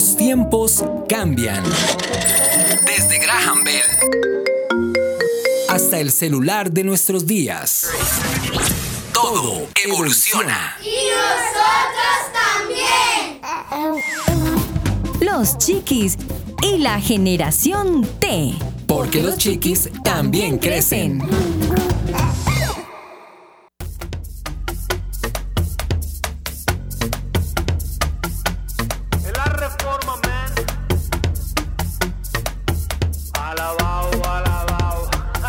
Los tiempos cambian. Desde Graham Bell hasta el celular de nuestros días. Todo evoluciona. ¡Y nosotros también! Los Chiquis y la generación T. Porque los chiquis también crecen. En la reforma, man. Alabao, alabao.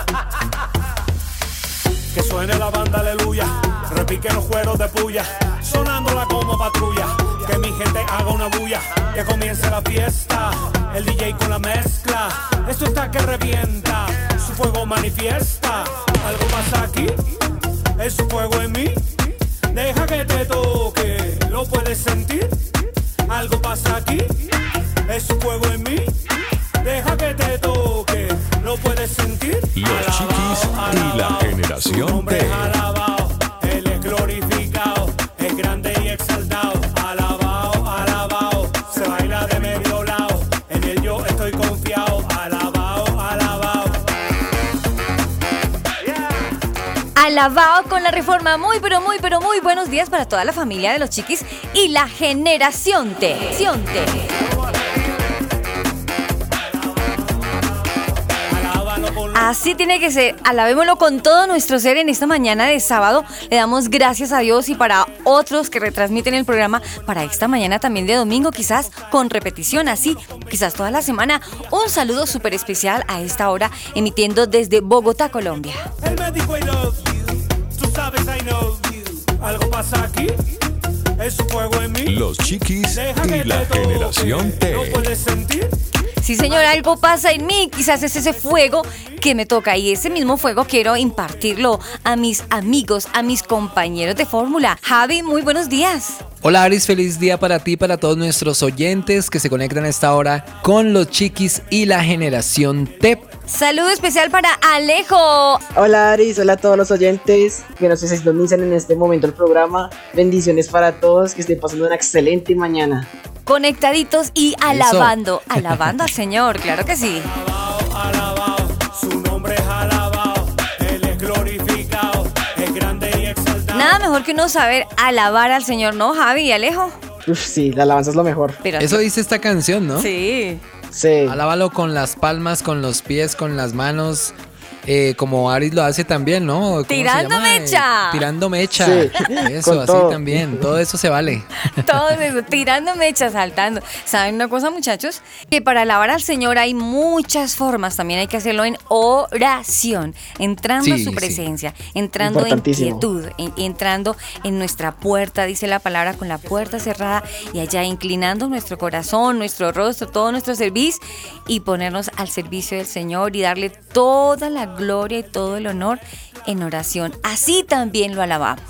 Que suene la banda, aleluya. Repique los cueros de puya, sonándola como patrulla. Que mi gente haga una bulla, que comience la fiesta. El DJ con la mezcla, esto está que revienta. Su fuego manifiesta. Algo pasa aquí, es su fuego en mí. Deja que te toque, lo puedes sentir. Algo pasa aquí, es su fuego en mí. Deja que te toque, lo puedes sentir. Los Chiquis y la generación T. Alabao, él es glorificado, es grande y exaltado. Alabao, alabao, se baila de medio lado. En él yo estoy confiado. Alabao, alabao. Alabado con la reforma. Muy buenos días para toda la familia de los Chiquis y la generación T. Así tiene que ser. Alabémoslo con todo nuestro ser en esta mañana de sábado. Le damos gracias a Dios y para otros que retransmiten el programa para esta mañana también de domingo, quizás con repetición, así, quizás toda la semana. Un saludo súper especial a esta hora, emitiendo desde Bogotá, Colombia. El médico, I love you. Tú sabes, I know you. Algo pasa aquí, es su fuego en mí. Los Chiquis Deja y que la te toque, generación T. ¿lo puedes sentir? Sí, señor, algo pasa en mí, quizás es ese fuego que me toca y ese mismo fuego quiero impartirlo a mis amigos, a mis compañeros de fórmula. Javi, muy buenos días. Hola Aris, feliz día para ti y para todos nuestros oyentes que se conectan a esta hora con los Chiquis y la generación T. Saludo especial para Alejo. Hola Aris, hola a todos los oyentes que nos sintonizan en este momento el programa. Bendiciones para todos, que estén pasando una excelente mañana. Conectaditos y alabando al Señor, claro que sí. Alabao, alabao, su nombre es alabao, él es glorificado, es grande y exaltado. Nada mejor que uno saber alabar al Señor, ¿no, Javi y Alejo? Uf, sí, la alabanza es lo mejor. Pero Eso dice esta canción, ¿no? sí. Sí. Alábalo con las palmas, con los pies, con las manos. Como Aris lo hace también, ¿no? ¿Cómo ¡Tirando se llama? mecha! Tirando mecha. Sí, Eso, con así todo. también. Todo eso se vale. Todo eso, tirando mechas, saltando. ¿Saben una cosa, muchachos? Que para alabar al Señor hay muchas formas. También hay que hacerlo en oración, entrando a Sí, su sí. presencia, entrando en Importantísimo. quietud, entrando en nuestra puerta, dice la palabra, con la puerta cerrada y allá inclinando nuestro corazón, nuestro rostro, todo nuestro servicio y ponernos al servicio del Señor y darle toda la gloria y todo el honor en oración. Así también lo alabamos.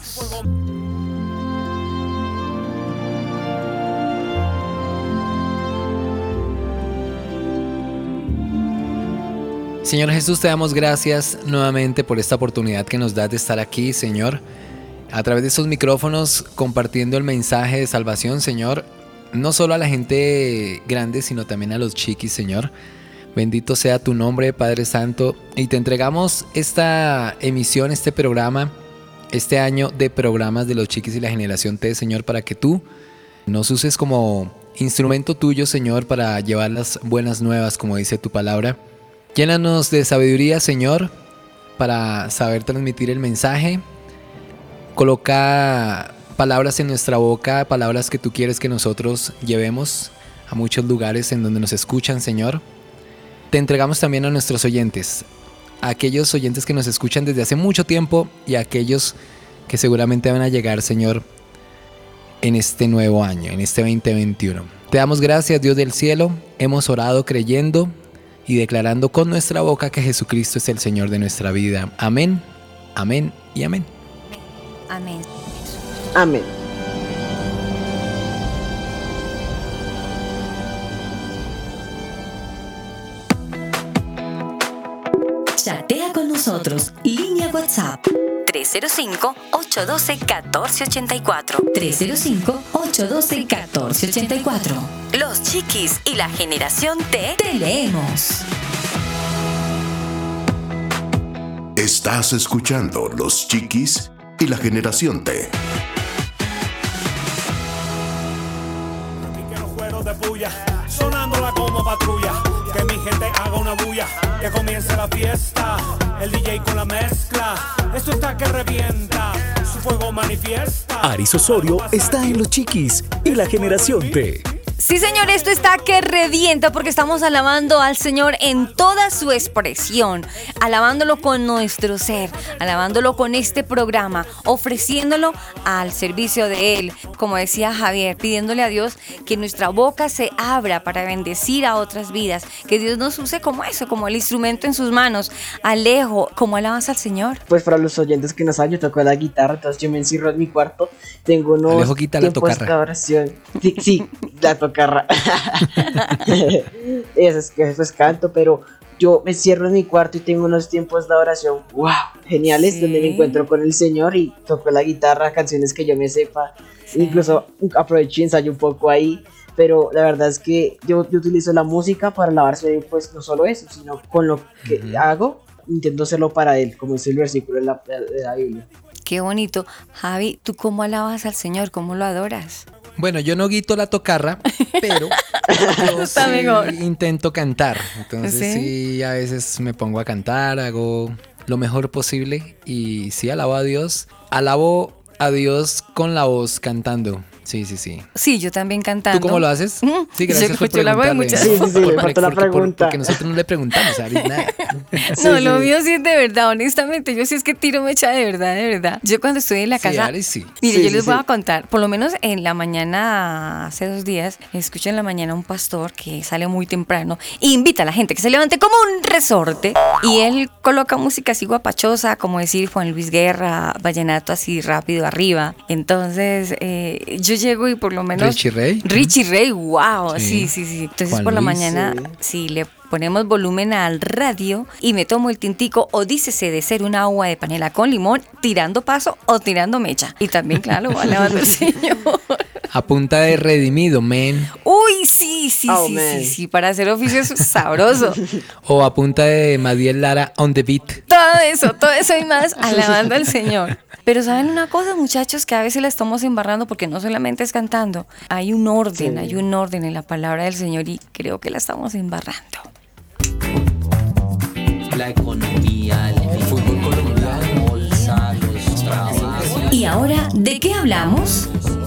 Señor Jesús, te damos gracias nuevamente por esta oportunidad que nos das de estar aquí, Señor. A través de estos micrófonos compartiendo el mensaje de salvación, Señor. No solo a la gente grande, sino también a los chiquis, Señor. Bendito sea tu nombre, Padre Santo. Y te entregamos esta emisión, este programa, este año de programas de los Chiquis y la generación T, Señor, para que tú nos uses como instrumento tuyo, Señor, para llevar las buenas nuevas, como dice tu palabra. Llénanos de sabiduría, Señor, para saber transmitir el mensaje. Coloca palabras en nuestra boca, palabras que tú quieres que nosotros llevemos a muchos lugares en donde nos escuchan, Señor. Te entregamos también a nuestros oyentes, a aquellos oyentes que nos escuchan desde hace mucho tiempo y a aquellos que seguramente van a llegar, Señor, en este nuevo año, en este 2021. Te damos gracias, Dios del cielo. Hemos orado creyendo y declarando con nuestra boca que Jesucristo es el Señor de nuestra vida. Amén, amén y amén. Amén. Amén. Chatea con nosotros. Línea WhatsApp 305-812-1484. 305-812-1484. Los Chiquis y la Generación T te leemos. Estás escuchando Los Chiquis y la Generación T. Que los cueros de puya, sonándola como patrulla. Que mi gente haga una bulla, que comience la fiesta. El DJ con la mezcla, esto está que revienta. Su fuego manifiesta. Aris Osorio está en Los Chiquis y la Generación T. Sí, señor, esto está que revienta porque estamos alabando al Señor en toda su expresión, alabándolo con nuestro ser, alabándolo con este programa, ofreciéndolo al servicio de Él, como decía Javier, pidiéndole a Dios que nuestra boca se abra para bendecir a otras vidas, que Dios nos use como eso, como el instrumento en sus manos. Alejo, ¿cómo alabas al Señor? Pues para los oyentes que no saben, yo toco la guitarra, entonces yo me encierro en mi cuarto, tengo unos Alejo quita la tiempos tocarra. de oración. Sí, la tocarra. Eso es que después canto, pero yo me cierro en mi cuarto y tengo unos tiempos de oración, wow, geniales, Sí. donde me encuentro con el Señor y toco la guitarra, canciones que yo me sepa, incluso aprovecho y ensayo un poco ahí. Pero la verdad es que yo utilizo la música para alabarse, pues no solo eso, sino con lo que hago, intento hacerlo para Él, como dice el versículo de la Biblia. Qué bonito. Javi, ¿tú cómo alabas al Señor? ¿Cómo lo adoras? Bueno, yo no guito la tocarra, pero yo Está sí mejor. intento cantar. Entonces ¿Sí? sí, a veces me pongo a cantar, hago lo mejor posible y sí alabo a Dios. Alabo a Dios con la voz cantando. Sí. Sí, yo también cantando. ¿Tú cómo lo haces? Sí, gracias por yo lo hago de preguntarle. muchas Sí, me faltó la pregunta. Porque nosotros no le preguntamos a Aris nada. No, lo mío sí es de verdad, honestamente. Yo sí es que tiro mecha de verdad, de verdad. Yo cuando estoy en la Sí, casa. Aris sí. Mire, Sí, yo sí, les voy sí. a contar. Por lo menos en la mañana, hace 2 días, escuché en la mañana un pastor que sale muy temprano e invita a la gente que se levante como un resorte. Y él coloca música así guapachosa, como decir Juan Luis Guerra, vallenato así rápido arriba. Entonces, yo llego y por lo menos. Richie Ray, wow. Sí. Entonces Juan por la Luis, mañana, sí, le ponemos volumen al radio y me tomo el tintico o dícese de ser una agua de panela con limón, tirando paso o tirando mecha. Y también, claro, alabando al Señor. A punta de redimido, men. Uy, sí, Oh, man. para hacer oficio es sabroso. O a punta de Madiel Lara on the beat. Todo eso y más alabando al Señor. Pero ¿saben una cosa, muchachos? Que a veces la estamos embarrando porque no solamente es cantando. Hay un orden en la palabra del Señor y creo que la estamos embarrando. La economía, el fútbol colombiano, la bolsa, los trabajos. ¿Y ahora de qué hablamos?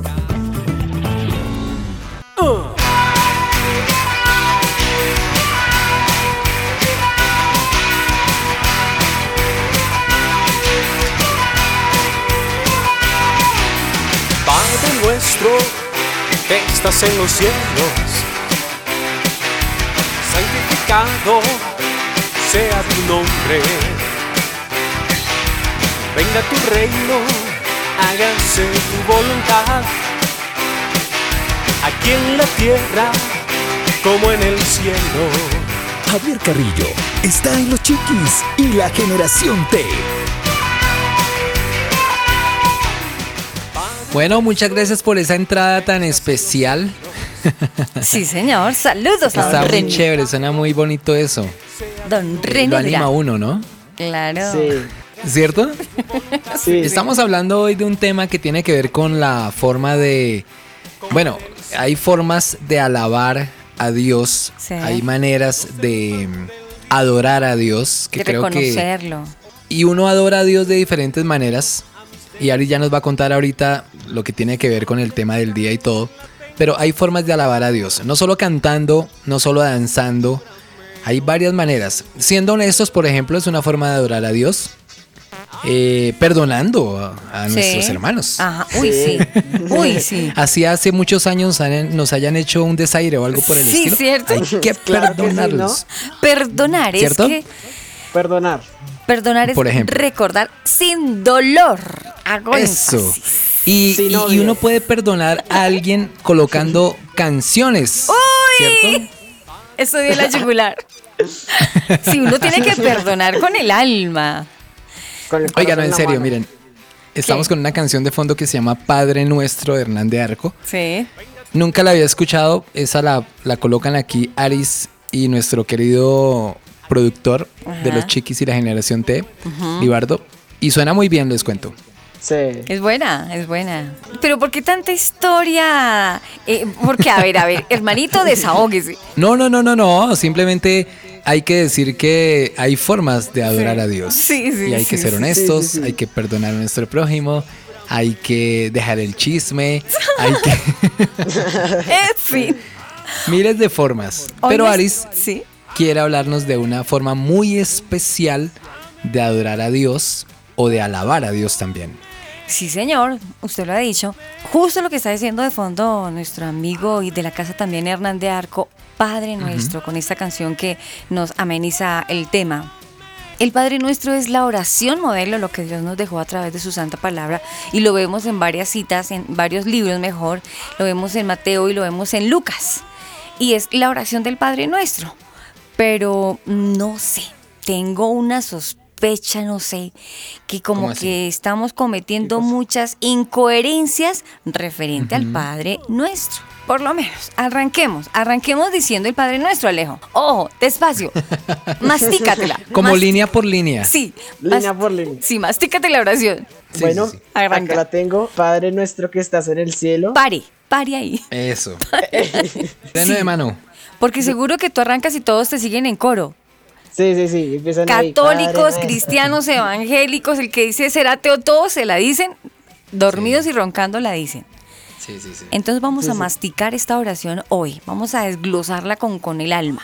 Padre nuestro que estás en los cielos, santificado sea tu nombre. Venga tu reino, hágase tu voluntad, aquí en la tierra como en el cielo. Javier Carrillo está en Los Chiquis y la Generación T. Bueno, muchas gracias por esa entrada tan especial. Sí, señor. Saludos a Está don muy René. chévere, suena muy bonito eso. Don René. Lo anima a uno, ¿no? Claro. Sí, ¿Cierto? sí. Estamos hablando hoy de un tema que tiene que ver con la forma de... Bueno, hay formas de alabar a Dios, Sí. hay maneras de adorar a Dios, que De creo que... reconocerlo. Y uno adora a Dios de diferentes maneras. Y Ari ya nos va a contar ahorita lo que tiene que ver con el tema del día y todo. Pero hay formas de alabar a Dios. No solo cantando, no solo danzando. Hay varias maneras. Siendo honestos, por ejemplo, es una forma de adorar a Dios. Perdonando a nuestros hermanos. Ajá. Uy, sí. Uy, sí. Así hace muchos años nos hayan hecho un desaire o algo por el Sí, estilo. cierto. Hay que Claro que sí, perdonarlos. Perdonar ¿Cierto? es que Perdonar. perdonar es Por ejemplo. recordar sin dolor. Hago Eso. énfasis. Sin Y odio. uno puede perdonar a alguien colocando canciones. ¿Cierto? Eso dio la yugular. Sí, uno tiene que perdonar con el alma. Con el Oigan, corazón en la serio, mano. miren, Estamos ¿Qué? con una canción de fondo que se llama Padre Nuestro de Hernán de Arco. Sí. Nunca la había escuchado, esa la colocan aquí Aris y nuestro querido productor de Ajá. los Chiquis y la Generación T, Libardo. Y suena muy bien, les cuento. Sí. Es buena, es buena. Pero ¿por qué tanta historia? Porque, a ver, hermanito, desahóguese. No, simplemente hay que decir que hay formas de adorar a Dios. Sí, y hay que sí, ser sí. honestos, Sí. hay que perdonar a nuestro prójimo, hay que dejar el chisme, hay que... En fin. miles de formas. Hoy Pero les- Aris Sí. quiere hablarnos de una forma muy especial de adorar a Dios o de alabar a Dios también. Sí, señor, usted lo ha dicho. Justo lo que está diciendo de fondo nuestro amigo y de la casa también, Hernán de Arco, Padre Nuestro, con esta canción que nos ameniza el tema. El Padre Nuestro es la oración modelo, lo que Dios nos dejó a través de su santa palabra, y lo vemos en varias citas, en varios libros mejor, lo vemos en Mateo y lo vemos en Lucas, y es la oración del Padre Nuestro. Pero no sé, tengo una sospecha, no sé, que como ¿Cómo así? que estamos cometiendo muchas incoherencias referente al Padre Nuestro. Por lo menos, arranquemos diciendo el Padre Nuestro, Alejo. Ojo, despacio, mastícatela. Como línea por línea. Sí. Línea por línea. Sí, mastícate la oración. Sí, Bueno, sí, sí. Arranca. acá la tengo. Padre nuestro que estás en el cielo. Pare ahí. Eso. Freno de mano. Porque seguro que tú arrancas y todos te siguen en coro. Sí. Empiezan ahí, Católicos, Padre nuestro. cristianos, evangélicos, el que dice ser ateo, todos se la dicen, dormidos y roncando la dicen. Sí. Entonces vamos a masticar esta oración hoy, vamos a desglosarla con el alma.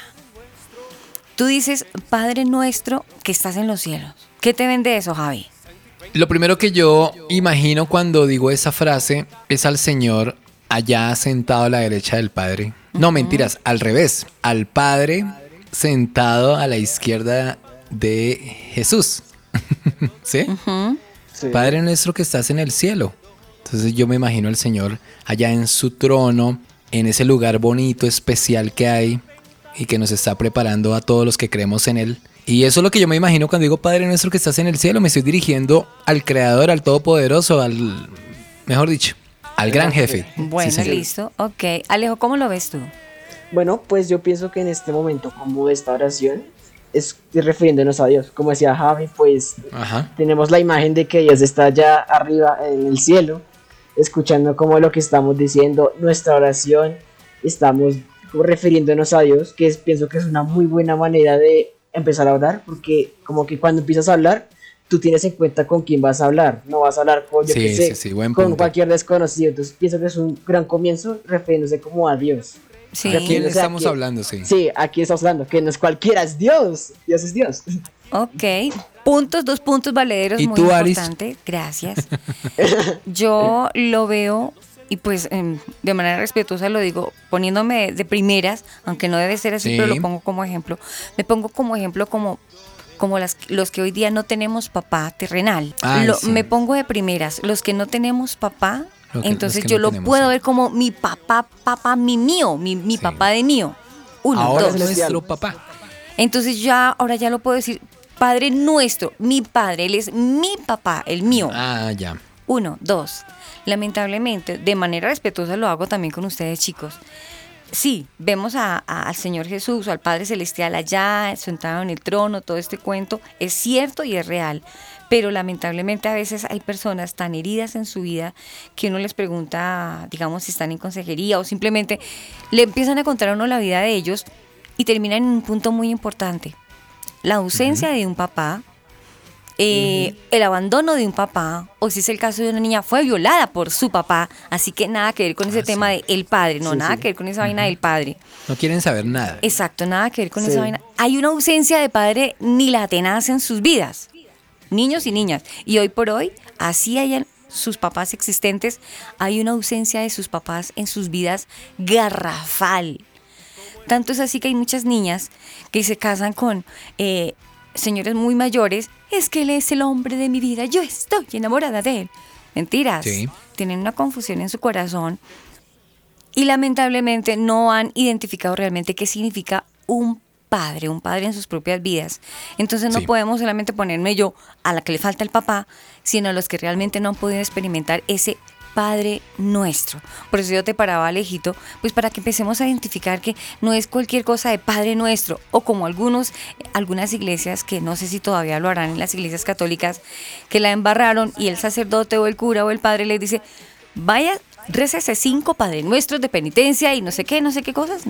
Tú dices, Padre Nuestro que estás en los cielos. ¿Qué te vende eso, Javi? Lo primero que yo imagino cuando digo esa frase es al Señor allá sentado a la derecha del Padre. No, mentiras, al revés. Al Padre sentado a la izquierda de Jesús. ¿Sí? Sí. Padre nuestro que estás en el cielo. Entonces yo me imagino al Señor allá en su trono, en ese lugar bonito, especial que hay y que nos está preparando a todos los que creemos en Él. Y eso es lo que yo me imagino cuando digo Padre nuestro que estás en el cielo. Me estoy dirigiendo al Creador, al Todopoderoso, mejor dicho, al gran jefe. Bueno, Sí, señor. listo, ok. Alejo, ¿cómo lo ves tú? Bueno, pues yo pienso que en este momento, como esta oración, es refiriéndonos a Dios. Como decía Javi, pues Ajá. tenemos la imagen de que Dios está allá arriba en el cielo, escuchando como lo que estamos diciendo, nuestra oración, estamos refiriéndonos a Dios, pienso que es una muy buena manera de empezar a orar, porque como que cuando empiezas a hablar, tú tienes en cuenta con quién vas a hablar, no vas a hablar con, yo Sí, qué sé, sí, buen con punto. cualquier desconocido. Entonces pienso que es un gran comienzo refiriéndose como a Dios. Sí. ¿De quién O sea, estamos que- hablando? Sí. Sí, aquí estamos hablando, que no es cualquiera, es Dios. Dios es Dios. Ok, puntos, 2 puntos valederos, ¿Y muy tú, Aris? importante, gracias. Yo lo veo, y pues de manera respetuosa lo digo, poniéndome de primeras, aunque no debe ser así, Sí. pero lo pongo como ejemplo. Me pongo como ejemplo como los que hoy día no tenemos papá terrenal. Ay, sí. Me pongo de primeras, los que no tenemos papá, Los entonces que yo no lo tenemos, puedo sí. ver como mi papá, mi mío, mi Sí. papá de mío. Uno, Ahora dos. es Celestial. nuestro papá. Entonces ahora ya lo puedo decir, Padre Nuestro, mi Padre, Él es mi papá, el mío. Ah, ya. 1, 2. Lamentablemente, de manera respetuosa lo hago también con ustedes, chicos. Sí, vemos al Señor Jesús o al Padre Celestial allá, sentado en el trono, todo este cuento, es cierto y es real. Pero lamentablemente a veces hay personas tan heridas en su vida que uno les pregunta, digamos, si están en consejería o simplemente le empiezan a contar a uno la vida de ellos y terminan en un punto muy importante. La ausencia de un papá, el abandono de un papá, o si es el caso de una niña, fue violada por su papá, así que nada que ver con ese tema de el padre, no, Sí, nada sí. que ver con esa vaina del padre. No quieren saber nada. Exacto, nada que ver con Sí. esa vaina. Hay una ausencia de padre ni la tenaz en sus vidas, niños y niñas. Y hoy por hoy, así hayan sus papás existentes, hay una ausencia de sus papás en sus vidas garrafal. Tanto es así que hay muchas niñas que se casan con señores muy mayores. Es que él es el hombre de mi vida, yo estoy enamorada de él. Mentiras. Sí. Tienen una confusión en su corazón y lamentablemente no han identificado realmente qué significa un un padre en sus propias vidas. Entonces no Sí. podemos solamente ponerme yo a la que le falta el papá, sino a los que realmente no han podido experimentar ese Padre Nuestro. Por eso yo te paraba, Alejito, pues para que empecemos a identificar que no es cualquier cosa de Padre Nuestro, o como algunas iglesias, que no sé si todavía lo harán en las iglesias católicas, que la embarraron y el sacerdote o el cura o el padre le dice, vaya, récese 5 Padre Nuestros de penitencia y no sé qué cosas.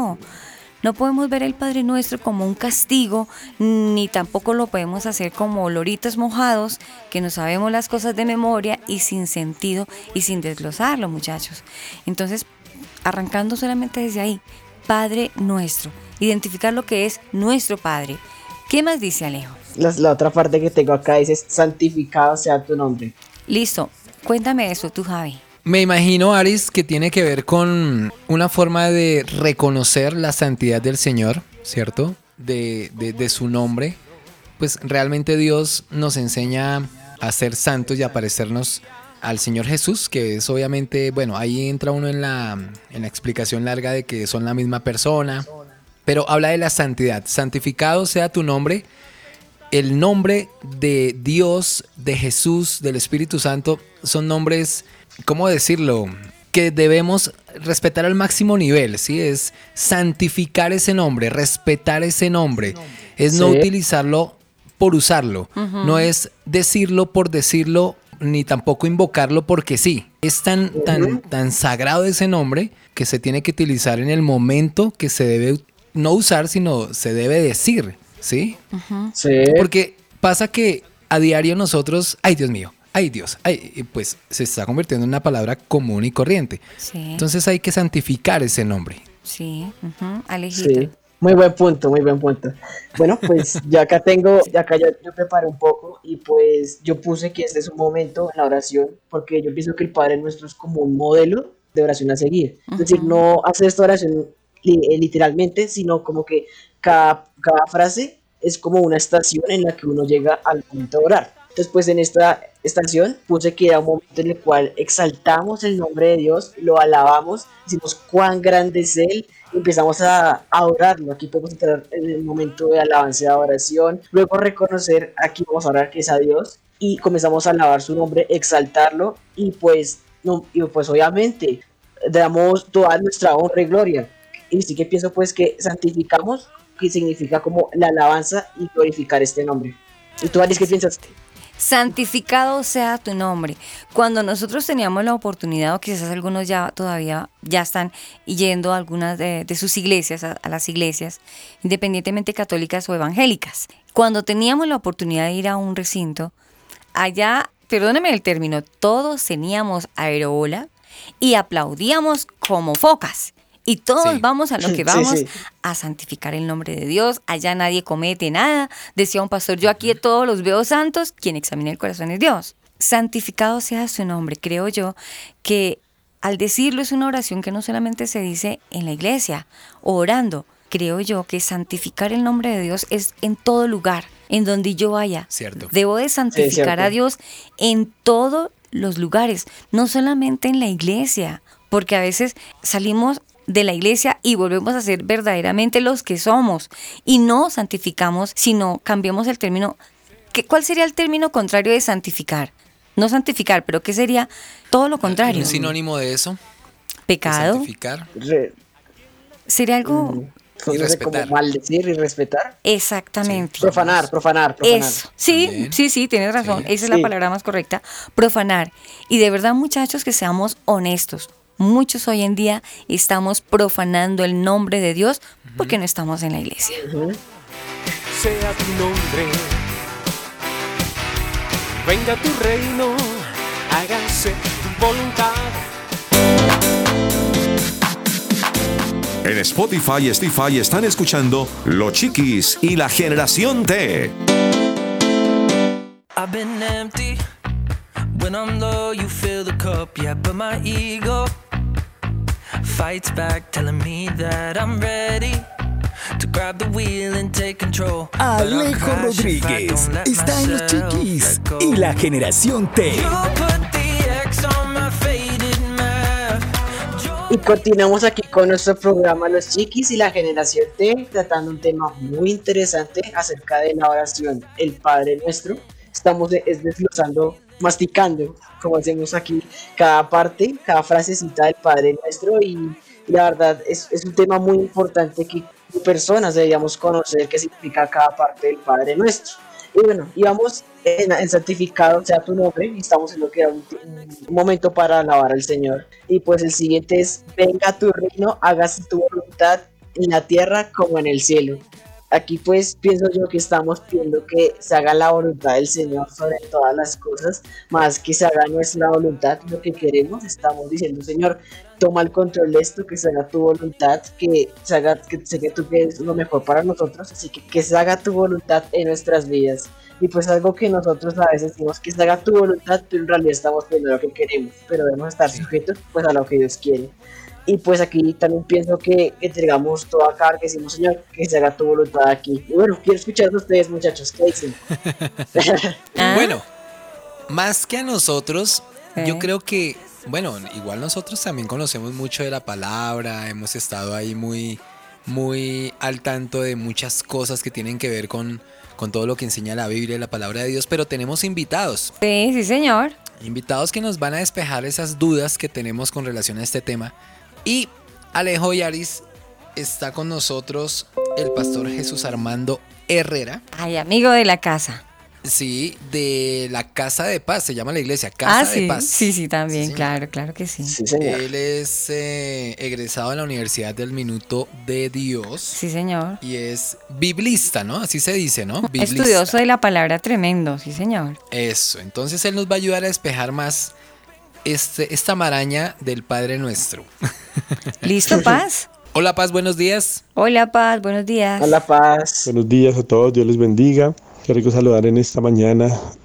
No podemos ver el Padre Nuestro como un castigo, ni tampoco lo podemos hacer como loritos mojados, que no sabemos las cosas de memoria y sin sentido y sin desglosarlo, muchachos. Entonces, arrancando solamente desde ahí, Padre Nuestro, identificar lo que es nuestro Padre. ¿Qué más dice Alejo? La otra parte que tengo acá dice, santificado sea tu nombre. Listo, cuéntame eso tú, Javi. Me imagino, Aris, que tiene que ver con una forma de reconocer la santidad del Señor, ¿cierto? De su nombre. Pues realmente Dios nos enseña a ser santos y a parecernos al Señor Jesús, que es obviamente, bueno, ahí entra uno en la explicación larga de que son la misma persona, pero habla de la santidad. Santificado sea tu nombre. El nombre de Dios, de Jesús, del Espíritu Santo, son nombres, ¿cómo decirlo?, que debemos respetar al máximo nivel, ¿sí? Es santificar ese nombre, respetar ese nombre. Es no Sí. utilizarlo por usarlo. No es decirlo por decirlo, ni tampoco invocarlo porque sí. Es tan sagrado ese nombre que se tiene que utilizar en el momento que se debe no usar, sino se debe decir, ¿sí? Sí. Porque pasa que a diario nosotros, ay Dios mío, ay Dios, ay, pues se está convirtiendo en una palabra común y corriente. Sí. Entonces hay que santificar ese nombre. Sí, Alejito. Sí, muy buen punto, muy buen punto. Bueno, pues ya acá yo preparé un poco y pues yo puse que este es un momento en la oración porque yo pienso que el Padre Nuestro es como un modelo de oración a seguir. Es decir, no hacer esta oración literalmente, sino como que cada frase es como una estación en la que uno llega al momento de orar. Entonces, pues en esta estación puse que era un momento en el cual exaltamos el nombre de Dios, lo alabamos, decimos cuán grande es Él, y empezamos a adorarlo. Aquí podemos entrar en el momento de alabanza y adoración, luego reconocer, aquí vamos a orar que es a Dios, y comenzamos a alabar su nombre, exaltarlo, y pues obviamente damos toda nuestra honra y gloria. Y sí que pienso pues que santificamos, que significa como la alabanza y glorificar este nombre. ¿Y tú, Alice, qué piensas? Santificado sea tu nombre. Cuando nosotros teníamos la oportunidad, o quizás algunos todavía están yendo a algunas de sus iglesias, a las iglesias, independientemente católicas o evangélicas. Cuando teníamos la oportunidad de ir a un recinto, allá, perdóneme el término, todos teníamos aerobola y aplaudíamos como focas. Y todos Sí. vamos a lo que vamos, Sí. a santificar el nombre de Dios. Allá nadie comete nada. Decía un pastor, yo aquí todos los veo santos, quien examina el corazón es Dios. Santificado sea su nombre. Creo yo que al decirlo es una oración que no solamente se dice en la iglesia o orando. Creo yo que santificar el nombre de Dios es en todo lugar, en donde yo vaya. Cierto. Debo de santificar cierto. a Dios en todos los lugares, no solamente en la iglesia, porque a veces salimos de la iglesia y volvemos a ser verdaderamente los que somos y no santificamos, sino cambiamos el término. ¿Cuál sería el término contrario de santificar? No santificar, pero ¿qué sería todo lo contrario? Un sinónimo de eso, de Pecado. santificar. Sería algo No sé, respetar. como maldecir y respetar. exactamente. Profanar. Eso, sí, También. sí, tienes razón. Sí. Esa es la Sí. palabra más correcta. Profanar. Y de verdad, muchachos, que seamos honestos. Muchos hoy en día estamos profanando el nombre de Dios porque no estamos en la iglesia. Sea tu nombre, venga tu reino, hágase tu voluntad. En Spotify y Spotify están escuchando Los Chiquis y la Generación T. I've been empty. When I'm low, you fill the cup, yeah, but my ego fights back, telling me that I'm ready to grab the wheel and take control. But I'll Alejo crash if I Rodríguez don't let está en Los myself Chiquis let go. y la Generación T. You put the X on my faded map. Y continuamos aquí con nuestro programa Los Chiquis y la Generación T, tratando un tema muy interesante acerca de la oración, el Padre Nuestro. Estamos desglosando, masticando, como hacemos aquí, cada parte, cada frasecita del Padre Nuestro y la verdad es un tema muy importante que personas deberíamos conocer qué significa cada parte del Padre Nuestro. Y bueno, íbamos en santificado sea tu nombre, y estamos en lo que era un momento para alabar al Señor. Y pues el siguiente es, venga tu reino, hágase tu voluntad en la tierra como en el cielo. Aquí pues pienso yo que estamos pidiendo que se haga la voluntad del Señor sobre todas las cosas, más que se haga nuestra voluntad, lo que queremos. Estamos diciendo, Señor, toma el control de esto, que se haga tu voluntad, que se haga, que sé que tú quieres lo mejor para nosotros, así que se haga tu voluntad en nuestras vidas. Y pues algo que nosotros a veces decimos que se haga tu voluntad, pero en realidad estamos pidiendo lo que queremos, pero debemos estar sujetos pues a lo que Dios quiere. Y pues aquí también pienso que entregamos toda carga, que decimos, Señor, que se haga tu voluntad aquí. Y bueno, quiero escuchar de ustedes, muchachos, ¿qué dicen? Bueno, más que a nosotros, yo creo que, bueno, igual nosotros también conocemos mucho de la palabra, hemos estado ahí muy al tanto de muchas cosas que tienen que ver con todo lo que enseña la Biblia y la palabra de Dios, pero tenemos invitados. Sí, señor. Invitados que nos van a despejar esas dudas que tenemos con relación a este tema. Y Alejo y Aris, está con nosotros el pastor Jesús Armando Herrera. Ay, amigo de la casa. Sí, de la Casa de Paz, se llama la iglesia, Casa de Paz. Sí, también, Sí, claro que sí. Sí, señor. Él es egresado en la Universidad del Minuto de Dios. Sí, señor. Y es biblista, ¿no? Así se dice, ¿no? Biblista. Estudioso de la palabra, tremendo, sí, señor. Eso, entonces él nos va a ayudar a despejar más esta maraña del Padre Nuestro. ¿Listo, Paz? Hola, Paz, buenos días. Hola, Paz, buenos días. Hola, Paz. Buenos días a todos, Dios les bendiga. Qué rico saludar en esta mañana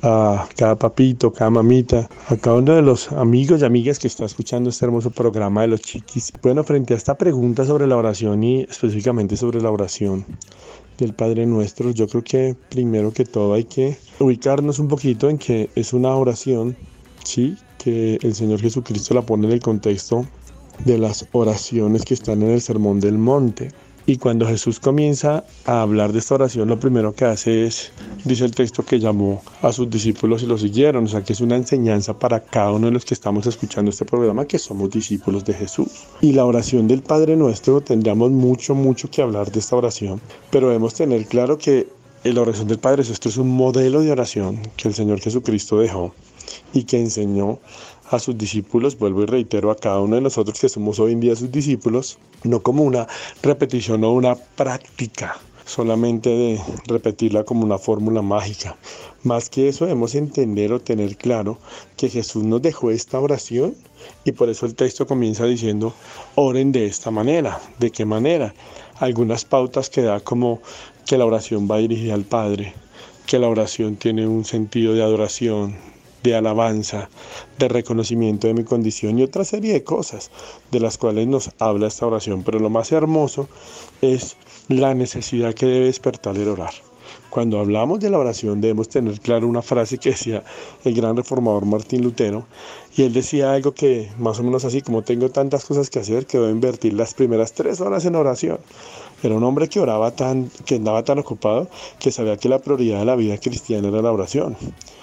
a cada papito, cada mamita, a cada uno de los amigos y amigas que está escuchando este hermoso programa de Los Chiquis. Bueno, frente a esta pregunta sobre la oración y específicamente sobre la oración del Padre Nuestro, yo creo que primero que todo hay que ubicarnos un poquito en que es una oración, ¿sí? Que el Señor Jesucristo la pone en el contexto de las oraciones que están en el Sermón del Monte. Y cuando Jesús comienza a hablar de esta oración, lo primero que hace es, dice el texto, que llamó a sus discípulos y los siguieron. O sea que es una enseñanza para cada uno de los que estamos escuchando este programa, que somos discípulos de Jesús. Y la oración del Padre Nuestro, tendríamos mucho que hablar de esta oración, pero debemos tener claro que la oración del Padre Nuestro es un modelo de oración que el Señor Jesucristo dejó y que enseñó a sus discípulos, vuelvo y reitero, a cada uno de nosotros que somos hoy en día sus discípulos, no como una repetición o una práctica, solamente de repetirla como una fórmula mágica. Más que eso, debemos entender o tener claro que Jesús nos dejó esta oración y por eso el texto comienza diciendo, oren de esta manera. ¿De qué manera? Algunas pautas que da como que la oración va dirigida al Padre, que la oración tiene un sentido de adoración, de alabanza, de reconocimiento de mi condición y otra serie de cosas de las cuales nos habla esta oración. Pero lo más hermoso es la necesidad que debe despertar el orar. Cuando hablamos de la oración debemos tener claro una frase que decía el gran reformador Martín Lutero, y él decía algo que más o menos así, como tengo tantas cosas que hacer que debo invertir las primeras 3 horas en oración. Era un hombre que que andaba tan ocupado que sabía que la prioridad de la vida cristiana era la oración.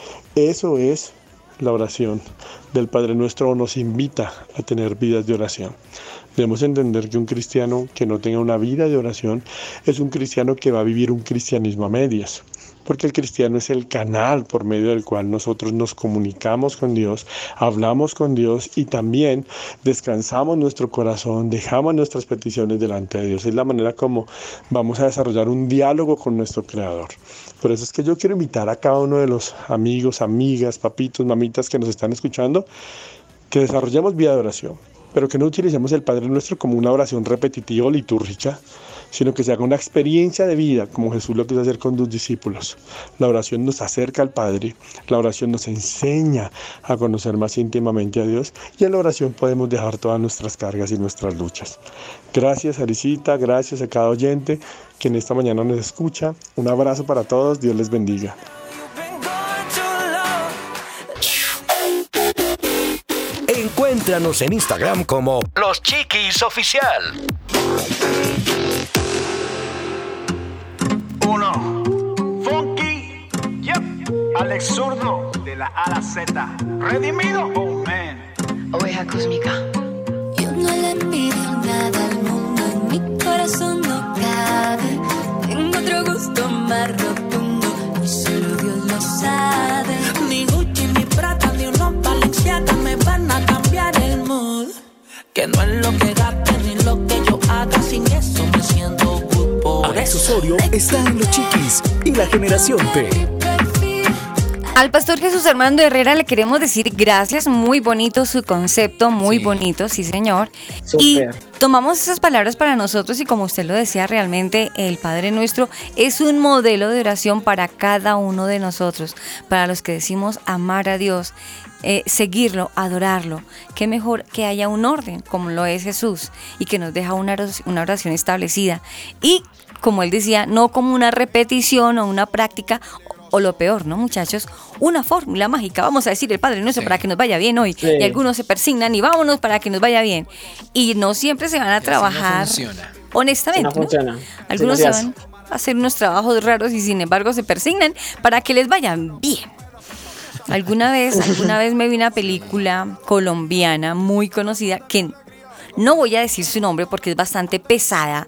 Eso es la oración del Padre Nuestro, nos invita a tener vidas de oración. Debemos entender que un cristiano que no tenga una vida de oración es un cristiano que va a vivir un cristianismo a medias, porque el cristiano es el canal por medio del cual nosotros nos comunicamos con Dios, hablamos con Dios y también descansamos nuestro corazón, dejamos nuestras peticiones delante de Dios. Es la manera como vamos a desarrollar un diálogo con nuestro Creador. Por eso es que yo quiero invitar a cada uno de los amigos, amigas, papitos, mamitas que nos están escuchando, que desarrollemos vida de oración, pero que no utilicemos el Padre Nuestro como una oración repetitiva o litúrgica, sino que se haga una experiencia de vida, como Jesús lo quiso hacer con sus discípulos. La oración nos acerca al Padre, la oración nos enseña a conocer más íntimamente a Dios, y en la oración podemos dejar todas nuestras cargas y nuestras luchas. Gracias, Arisita, gracias a cada oyente que en esta mañana nos escucha. Un abrazo para todos, Dios les bendiga. Encuéntranos en Instagram como Los Chiquis Oficial. Uno, Funky, Alex Zurdo, de la A a la Z, redimido, oh man. Oveja cósmica. Yo no le pido nada al mundo, en mi corazón no cabe. Tengo otro gusto más rotundo y solo Dios lo sabe. Ni Gucci, ni Prada, ni unos Balenciaga me van a cambiar el mood. Que no es lo que gaste ni lo que yo haga, sin eso me siento good por Alex Osorio está en Los Chiquis y la generación T. Al pastor Jesús Armando Herrera le queremos decir gracias, muy bonito su concepto, muy bonito, sí señor. Super. Y tomamos esas palabras para nosotros y como usted lo decía, realmente el Padre Nuestro es un modelo de oración para cada uno de nosotros, para los que decimos amar a Dios, seguirlo, adorarlo. Qué mejor que haya un orden, como lo es Jesús, y que nos deja una oración establecida. Y como él decía, no como una repetición o una práctica, o lo peor, ¿no, muchachos? Una fórmula mágica, vamos a decir el Padre Nuestro para que nos vaya bien hoy. Y algunos se persignan y vámonos para que nos vaya bien. Y no siempre se van a trabajar. No funciona. Honestamente, no funciona. Algunos se van a hacer unos trabajos raros y sin embargo se persignan para que les vayan bien. Alguna vez me vi una película colombiana muy conocida que no voy a decir su nombre porque es bastante pesada,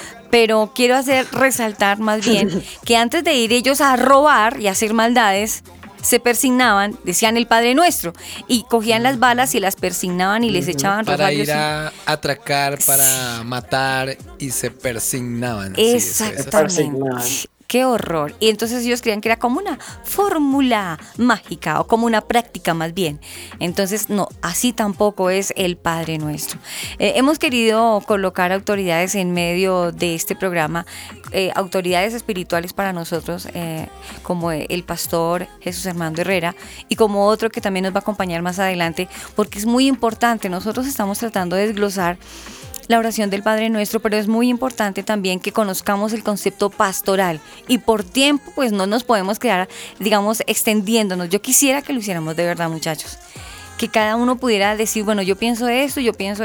pero quiero resaltar más bien que antes de ir ellos a robar y a hacer maldades, se persignaban, decían el Padre Nuestro, y cogían las balas y las persignaban y les echaban para rosarios. Ir a atracar, para matar, y se persignaban. Exactamente. Qué horror. Y entonces ellos creían que era como una fórmula mágica o como una práctica más bien. Entonces no, así tampoco es el Padre Nuestro. Hemos querido colocar autoridades en medio de este programa, autoridades espirituales para nosotros, como el pastor Jesús Armando Herrera y como otro que también nos va a acompañar más adelante, porque es muy importante. Nosotros estamos tratando de desglosar la oración del Padre Nuestro, pero es muy importante también que conozcamos el concepto pastoral y por tiempo pues no nos podemos quedar, digamos, extendiéndonos. Yo quisiera que lo hiciéramos de verdad, muchachos, que cada uno pudiera decir, bueno, yo pienso esto,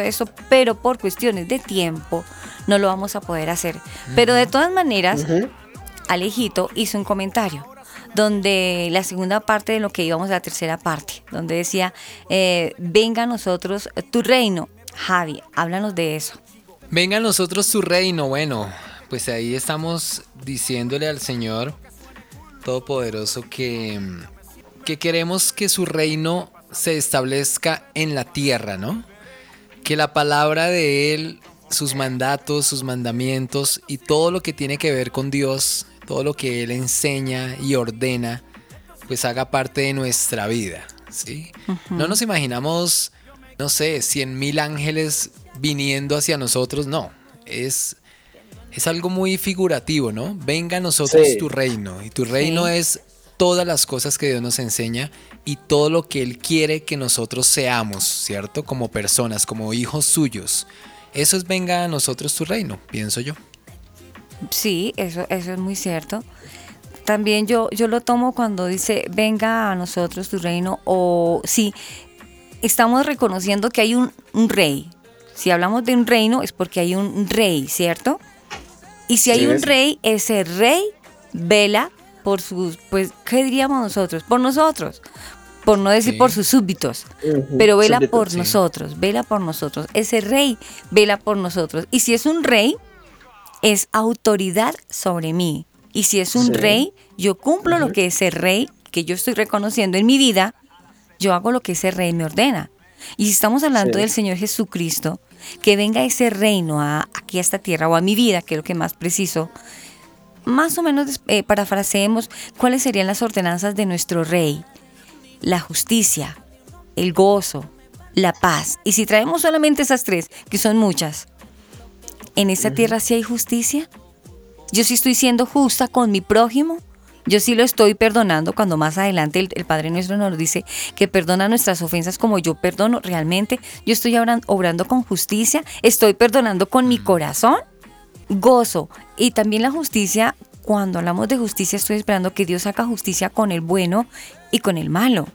pero por cuestiones de tiempo no lo vamos a poder hacer. Pero de todas maneras, Alejito hizo un comentario donde la segunda parte de lo que íbamos a la tercera parte, donde decía, venga a nosotros tu reino. Javi, háblanos de eso. Venga a nosotros su reino. Bueno, pues ahí estamos diciéndole al Señor Todopoderoso que queremos que su reino se establezca en la tierra, ¿no? Que la palabra de Él, sus mandatos, sus mandamientos y todo lo que tiene que ver con Dios, todo lo que Él enseña y ordena, pues haga parte de nuestra vida, ¿sí? Uh-huh. No nos imaginamos, no sé, 100,000 ángeles viniendo hacia nosotros, no, es algo muy figurativo, ¿no? Venga a nosotros tu reino, y tu reino es todas las cosas que Dios nos enseña y todo lo que Él quiere que nosotros seamos, ¿cierto? Como personas, como hijos suyos. Eso es venga a nosotros tu reino, pienso yo. Sí, eso es muy cierto. También yo lo tomo cuando dice venga a nosotros tu reino, o sí, estamos reconociendo que hay un rey. Si hablamos de un reino es porque hay un rey, ¿cierto? Y si hay un rey, ese rey vela por sus, pues, ¿qué diríamos nosotros? Por nosotros, por no decir por sus súbditos, pero vela por nosotros, vela por nosotros. Ese rey vela por nosotros. Y si es un rey, es autoridad sobre mí. Y si es un rey, yo cumplo lo que ese rey, que yo estoy reconociendo en mi vida, yo hago lo que ese rey me ordena. Y si estamos hablando del Señor Jesucristo, que venga ese reino aquí a esta tierra o a mi vida, que es lo que más preciso, más o menos parafraseemos cuáles serían las ordenanzas de nuestro rey: la justicia, el gozo, la paz. Y si traemos solamente esas tres, que son muchas, ¿en esta tierra sí hay justicia? ¿Yo sí estoy siendo justa con mi prójimo? Yo sí lo estoy perdonando, cuando más adelante el Padre Nuestro nos dice que perdona nuestras ofensas como yo perdono. ¿Realmente yo estoy obrando con justicia? ¿Estoy perdonando con mi corazón? Gozo. Y también la justicia, cuando hablamos de justicia, estoy esperando que Dios haga justicia con el bueno y con el malo.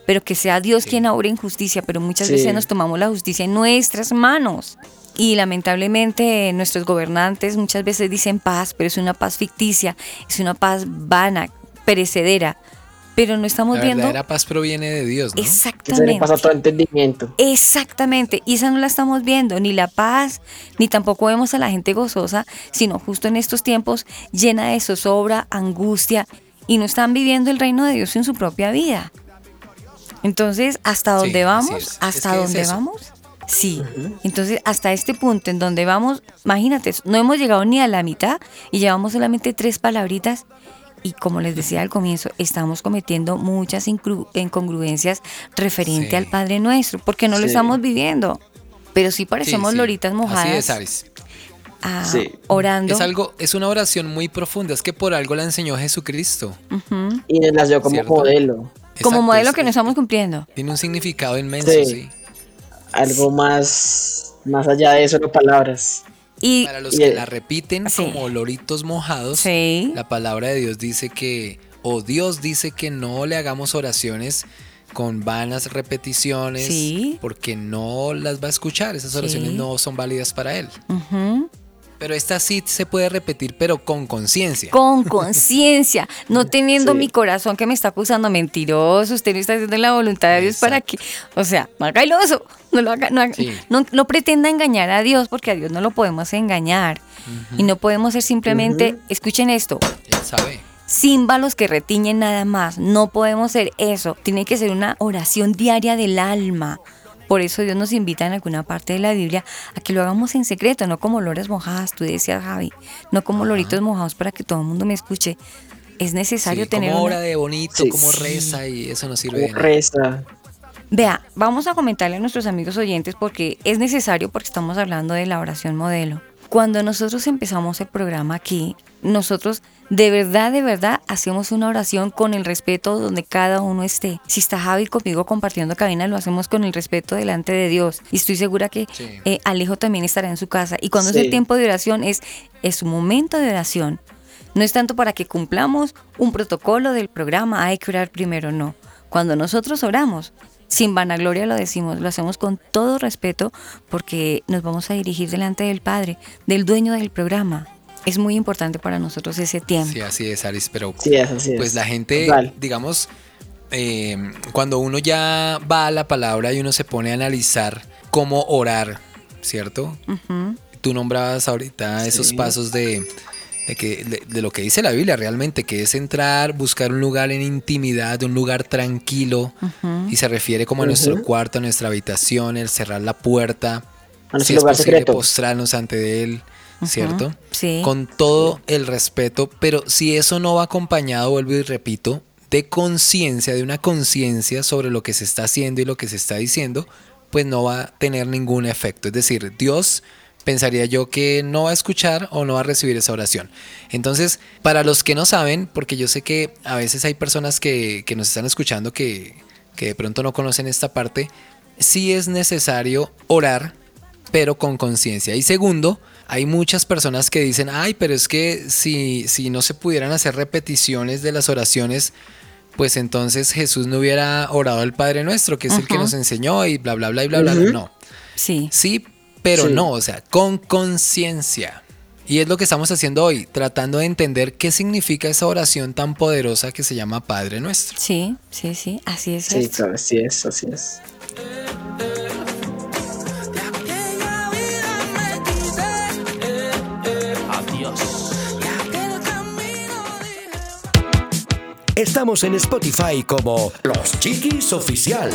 pero que sea Dios quien obre en justicia, pero muchas veces nos tomamos la justicia en nuestras manos. Y lamentablemente nuestros gobernantes muchas veces dicen paz, pero es una paz ficticia, es una paz vana, perecedera. Pero no estamos viendo. La verdadera paz proviene de Dios, ¿no? Exactamente. Que se le pasa todo entendimiento. Exactamente. Y esa no la estamos viendo, ni la paz, ni tampoco vemos a la gente gozosa, sino justo en estos tiempos llena de zozobra, angustia, y no están viviendo el reino de Dios en su propia vida. Entonces, ¿hasta dónde vamos? ¿Hasta dónde vamos? Sí. Entonces, hasta este punto en donde vamos, imagínate, no hemos llegado ni a la mitad y llevamos solamente 3 palabritas. Y como les decía al comienzo, estamos cometiendo muchas incongruencias referente al Padre Nuestro, porque no lo estamos viviendo. Pero sí parecemos loritas mojadas. Así es, Aris. Orando. Es una oración muy profunda, es que por algo la enseñó Jesucristo. Y nos nació como modelo. Como modelo que no estamos cumpliendo. Tiene un significado inmenso, sí. Algo más allá de eso, no palabras. Y para los que la repiten como loritos mojados, la palabra de Dios dice que, Dios dice que no le hagamos oraciones con vanas repeticiones, porque no las va a escuchar, esas oraciones no son válidas para Él. Pero esta sí se puede repetir, pero con conciencia. Con conciencia, no teniendo mi corazón que me está acusando mentiroso, usted no está haciendo la voluntad de Dios para que, o sea, no haga iluso, no lo haga, no pretenda engañar a Dios, porque a Dios no lo podemos engañar. Y no podemos ser simplemente, escuchen esto. Él sabe. Címbalos que retiñen nada más, no podemos ser eso, tiene que ser una oración diaria del alma. Por eso Dios nos invita en alguna parte de la Biblia a que lo hagamos en secreto, no como loras mojadas, tú decías, Javi, no como loritos mojados para que todo el mundo me escuche. Es necesario tener como obra de bonito, como reza, y eso no sirve de nada. Reza. Vea, vamos a comentarle a nuestros amigos oyentes porque es necesario, porque estamos hablando de la oración modelo. Cuando nosotros empezamos el programa aquí, nosotros de verdad hacemos una oración con el respeto donde cada uno esté. Si está Javi conmigo compartiendo cabina, lo hacemos con el respeto delante de Dios. Y estoy segura que Alejo también estará en su casa. Y cuando es el tiempo de oración, es su momento de oración. No es tanto para que cumplamos un protocolo del programa, hay que orar primero, no. Cuando nosotros oramos, sin vanagloria lo decimos, lo hacemos con todo respeto porque nos vamos a dirigir delante del Padre, del dueño del programa. Es muy importante para nosotros ese tiempo. Sí, así es, Aris, pero así es. Pues la gente, digamos, cuando uno ya va a la palabra y uno se pone a analizar cómo orar, ¿cierto? Tú nombrabas ahorita esos pasos de lo que dice la Biblia realmente, que es entrar, buscar un lugar en intimidad, un lugar tranquilo, y se refiere como a nuestro cuarto, a nuestra habitación, el cerrar la puerta, si es posible postrarnos ante Él, ¿cierto? Con todo el respeto, pero si eso no va acompañado, vuelvo y repito, de conciencia, de una conciencia sobre lo que se está haciendo y lo que se está diciendo, pues no va a tener ningún efecto. Es decir, Dios pensaría yo que no va a escuchar o no va a recibir esa oración. Entonces, para los que no saben, porque yo sé que a veces hay personas que nos están escuchando que de pronto no conocen esta parte, sí es necesario orar, pero con conciencia. Y segundo, hay muchas personas que dicen, ay, pero es que si no se pudieran hacer repeticiones de las oraciones, pues entonces Jesús no hubiera orado al Padre Nuestro, que es el que nos enseñó y bla, bla, bla, y bla, bla. No. Sí, pero no, o sea, con conciencia. Y es lo que estamos haciendo hoy, tratando de entender qué significa esa oración tan poderosa que se llama Padre Nuestro. Sí, así es. Sí, claro, así es. Estamos en Spotify como Los Chiquis Oficial.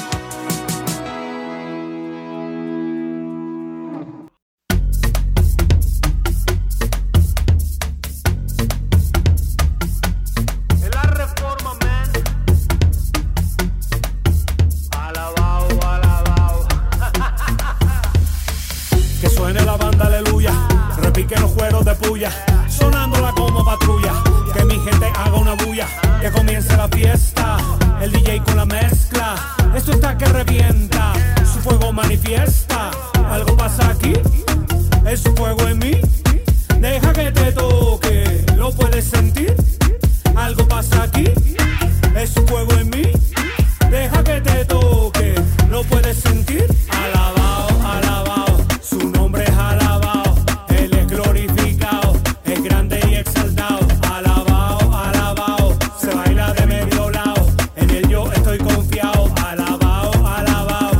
Que suene la banda, aleluya. Repiquen los cueros de puya, sonándola como patrulla. Que mi gente haga una bulla, que comience la fiesta. El DJ con la mezcla, esto está que revienta. Su fuego manifiesta, algo pasa aquí, es su fuego en mí. Deja que te toque, lo puedes sentir. Algo pasa aquí, es su fuego en mí. Deja que te toque, lo puedes sentir. Alabao, alabao, su nombre es alabao. Él es glorificado, es grande y exaltado. Alabao, alabao, se baila de medio lado. En él yo estoy confiado. Alabao, alabao.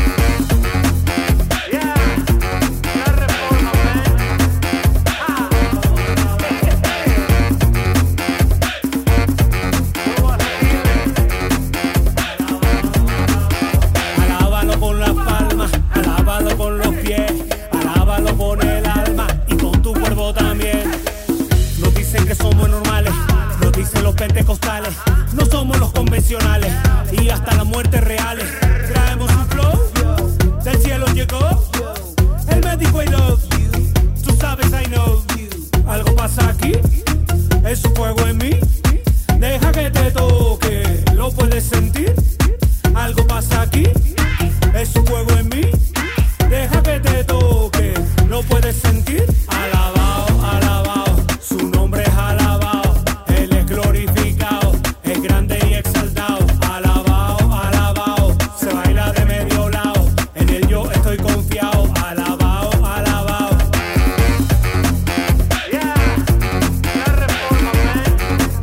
Yeah, la reforma, Alábalo con las palmas, alábalo con los pies, alábalo con el alma y con tu cuerpo también. Nos dicen que somos normales, nos dicen los pentecostales, no somos los convencionales y hasta la muerte reales. Traemos un flow, del cielo llegó, el médico I love you, tú sabes I know you. Algo pasa aquí, es su fuego en mí, deja que te toque, lo puedes sentir. Algo pasa aquí, es su fuego en mí, deja que te toque, lo puedes sentir. Alabao, alabao, su nombre es alabao, él es glorificado, es grande y exaltado. Alabao, alabao, se baila de medio lado, en él yo estoy confiado. Alabao, alabao. Yeah, la reforma, man.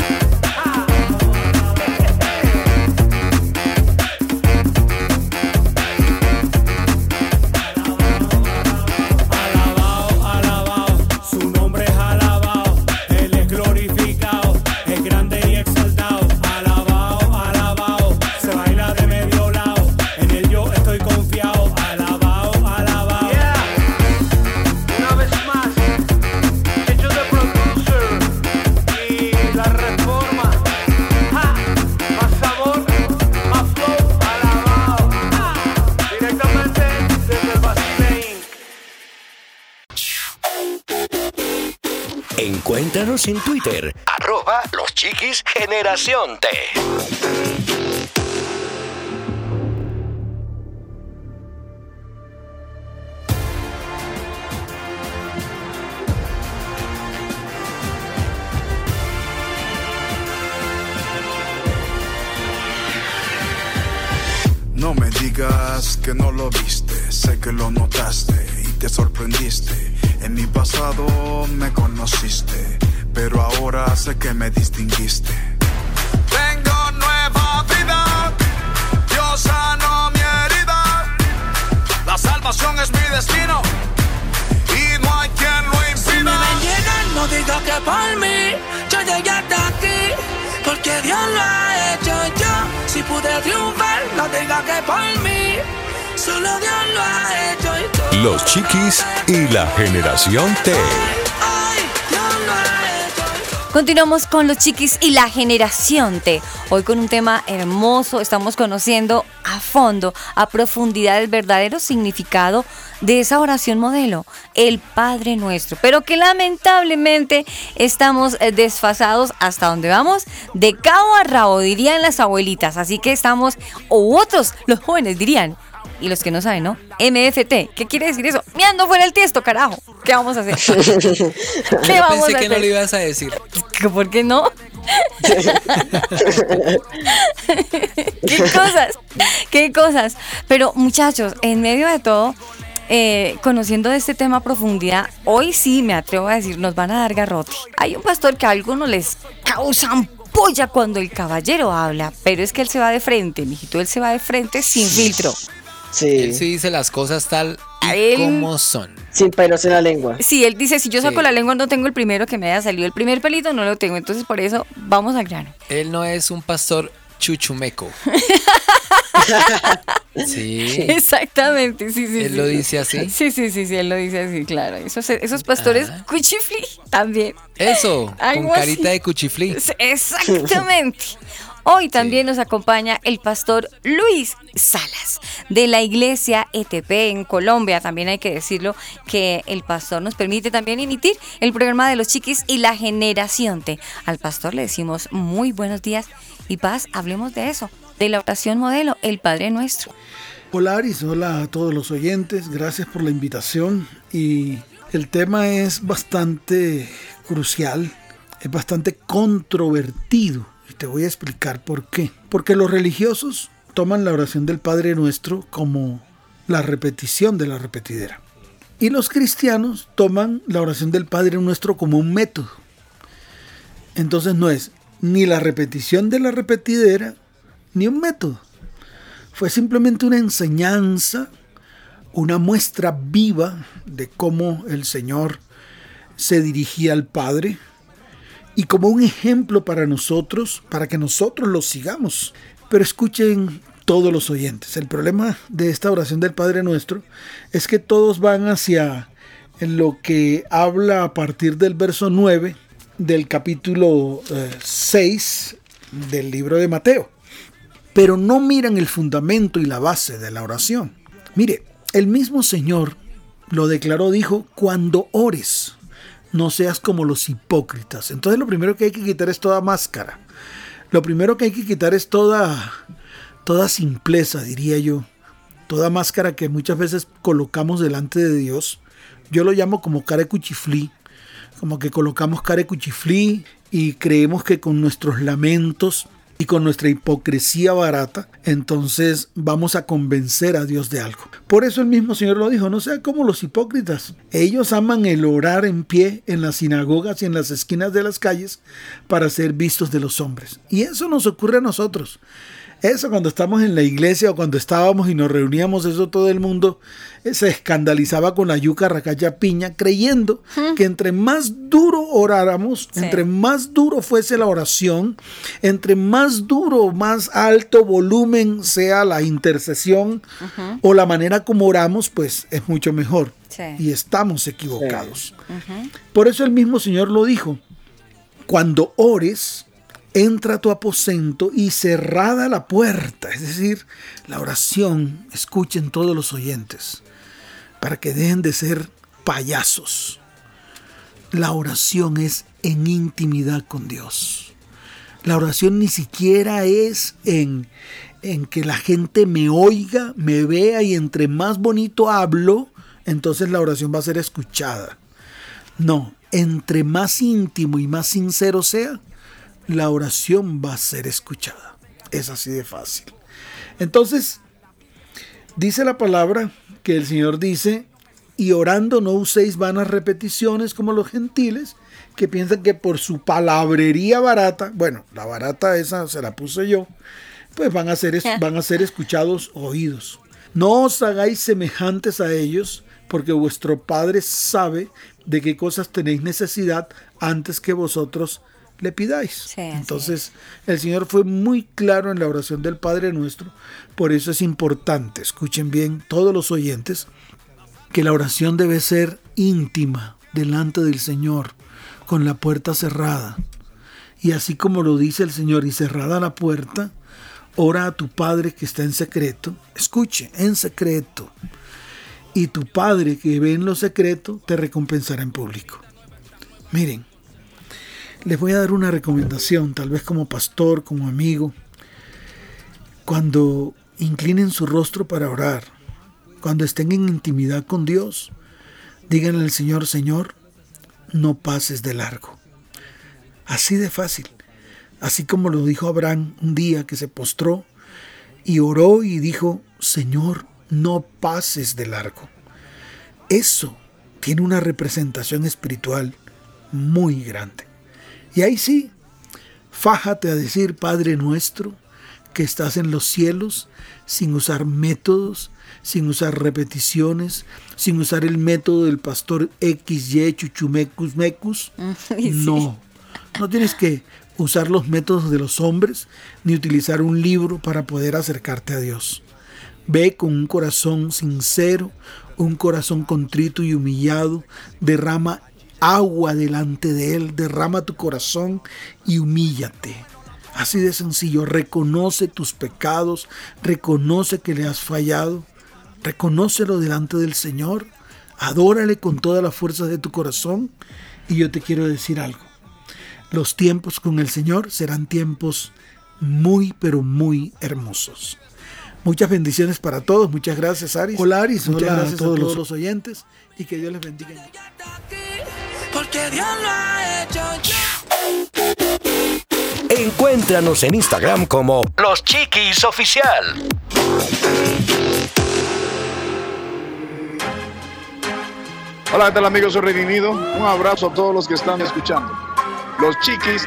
Alabao, alabao, su nombre es alabao, él es glorificado, es grande y exaltado. Alabao, alabao, se baila de medio lado, en él yo estoy confiado. Alabao, alabao. Yeah, una vez más, hecho de producer y la reforma. Más sabor, más flow, alabao. Directamente desde el Basile Inc. Encuéntranos en Twitter, @LosChiquisGeneraciónT. No me digas que no lo viste, sé que lo notaste y te sorprendiste. En mi pasado me conociste, pero ahora sé que me distinguiste. Tengo nueva vida, Dios sanó mi herida. La salvación es mi destino y no hay quien lo impida. Si me ven llegar, no diga que por mí yo llegué hasta aquí, porque Dios lo ha hecho yo. Si pude triunfar, no diga que por mí, solo Dios lo ha hecho y todo. Los Chiquis y la Generación T. Continuamos con los Chiquis y la Generación T. Hoy con un tema hermoso. Estamos conociendo a fondo, a profundidad, el verdadero significado de esa oración modelo, el Padre Nuestro. Pero que lamentablemente estamos desfasados hasta donde vamos, de cabo a rabo, dirían las abuelitas. Así que estamos, o otros, los jóvenes dirían, y los que no saben, ¿no? MFT. ¿Qué quiere decir eso? Meando fuera el tiesto, carajo. ¿Qué vamos a hacer? ¿Qué vamos a hacer? Pensé que no lo ibas a decir. ¿Por qué no? ¿Qué cosas? Pero muchachos, en medio de todo, conociendo de este tema a profundidad, hoy sí me atrevo a decir, nos van a dar garrote. Hay un pastor que a algunos les causan polla cuando el caballero habla, pero es que él se va de frente, mijito, él se va de frente sin filtro. Sí. Él sí dice las cosas tal como son. Sin pelos en la lengua. Sí, él dice, si yo saco la lengua no tengo el primero que me haya salido, el primer pelito no lo tengo, entonces por eso vamos al grano. Él no es un pastor chuchumeco. Sí. Exactamente, sí. ¿Él lo dice así? Sí, él lo dice así, claro. Esos pastores cuchiflí también. Eso, algo con carita así de cuchiflí. Exactamente. Hoy también nos acompaña el pastor Luis Salas de la iglesia ETP en Colombia. También hay que decirlo que el pastor nos permite también emitir el programa de los Chiquis y la Generación T. Al pastor le decimos muy buenos días y paz. Hablemos de eso, de la oración modelo, el Padre Nuestro. Hola Aris, hola a todos los oyentes, gracias por la invitación. Y el tema es bastante crucial, es bastante controvertido. Y te voy a explicar por qué. Porque los religiosos toman la oración del Padre Nuestro como la repetición de la repetidera. Y los cristianos toman la oración del Padre Nuestro como un método. Entonces no es ni la repetición de la repetidera, ni un método. Fue simplemente una enseñanza, una muestra viva de cómo el Señor se dirigía al Padre y como un ejemplo para nosotros, para que nosotros lo sigamos. Pero escuchen todos los oyentes. El problema de esta oración del Padre Nuestro es que todos van hacia lo que habla a partir del verso 9 del capítulo 6 del libro de Mateo. Pero no miran el fundamento y la base de la oración. Mire, el mismo Señor lo declaró, dijo, cuando ores, no seas como los hipócritas. Entonces lo primero que hay que quitar es toda máscara. Lo primero que hay que quitar es toda simpleza, diría yo. Toda máscara que muchas veces colocamos delante de Dios. Yo lo llamo como cara de cuchiflí. Como que colocamos cara de cuchiflí y creemos que con nuestros lamentos y con nuestra hipocresía barata, entonces vamos a convencer a Dios de algo. Por eso el mismo Señor lo dijo, no sea como los hipócritas. Ellos aman el orar en pie en las sinagogas y en las esquinas de las calles para ser vistos de los hombres. Y eso nos ocurre a nosotros. Eso cuando estamos en la iglesia o cuando estábamos y nos reuníamos, eso todo el mundo se escandalizaba con la yuca, racacha, piña, creyendo que entre más duro oráramos, entre más duro fuese la oración, entre más duro, más alto volumen sea la intercesión o la manera como oramos, pues es mucho mejor. Y estamos equivocados. Por eso el mismo Señor lo dijo, cuando ores, entra a tu aposento y cerrada la puerta. Es decir, la oración, escuchen todos los oyentes, para que dejen de ser payasos. La oración es en intimidad con Dios. La oración ni siquiera es en que la gente me oiga, me vea y entre más bonito hablo, entonces la oración va a ser escuchada. No, entre más íntimo y más sincero sea, la oración va a ser escuchada. Es así de fácil. Entonces, dice la palabra que el Señor dice, y orando no uséis vanas repeticiones como los gentiles, que piensan que por su palabrería barata, bueno, la barata esa se la puse yo, pues van a ser escuchados oídos. No os hagáis semejantes a ellos, porque vuestro Padre sabe de qué cosas tenéis necesidad antes que vosotros le pidáis. Entonces el Señor fue muy claro en la oración del Padre Nuestro. Por eso es importante, escuchen bien todos los oyentes, que la oración debe ser íntima delante del Señor, con la puerta cerrada. Y así como lo dice el Señor, y cerrada la puerta, ora a tu Padre que está en secreto. Escuche, en secreto. Y tu Padre que ve en lo secreto te recompensará en público. Miren, les voy a dar una recomendación, tal vez como pastor, como amigo. Cuando inclinen su rostro para orar, cuando estén en intimidad con Dios, díganle al Señor, Señor, no pases de largo. Así de fácil. Así como lo dijo Abraham un día que se postró y oró y dijo, Señor, no pases de largo. Eso tiene una representación espiritual muy grande. Y ahí sí, fájate a decir, Padre nuestro, que estás en los cielos, sin usar métodos, sin usar repeticiones, sin usar el método del pastor XY, chuchumecus, mecus. No tienes que usar los métodos de los hombres, ni utilizar un libro para poder acercarte a Dios. Ve con un corazón sincero, un corazón contrito y humillado, derrama agua delante de Él, derrama tu corazón y humíllate. Así de sencillo, reconoce tus pecados, reconoce que le has fallado, reconócelo delante del Señor, adórale con todas las fuerzas de tu corazón. Y yo te quiero decir algo, los tiempos con el Señor serán tiempos muy, pero muy hermosos. Muchas bendiciones para todos. Muchas gracias, Aris. Hola, Aris. Muchas gracias a todos los oyentes y que Dios les bendiga. Porque Dios lo ha hecho. Encuéntranos en Instagram como Los Chiquis Oficial. Hola, ¿qué tal amigos? Soy Redimido. Un abrazo a todos los que están escuchando. Los Chiquis.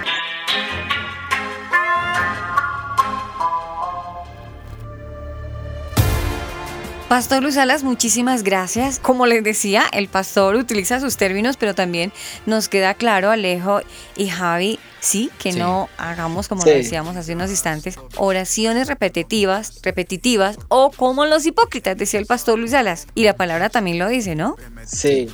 Pastor Luis Salas, muchísimas gracias. Como les decía, el pastor utiliza sus términos, pero también nos queda claro, Alejo y Javi, que no hagamos, como lo decíamos hace unos instantes, oraciones repetitivas o como los hipócritas, decía el pastor Luis Salas. Y la palabra también lo dice, ¿no? Sí.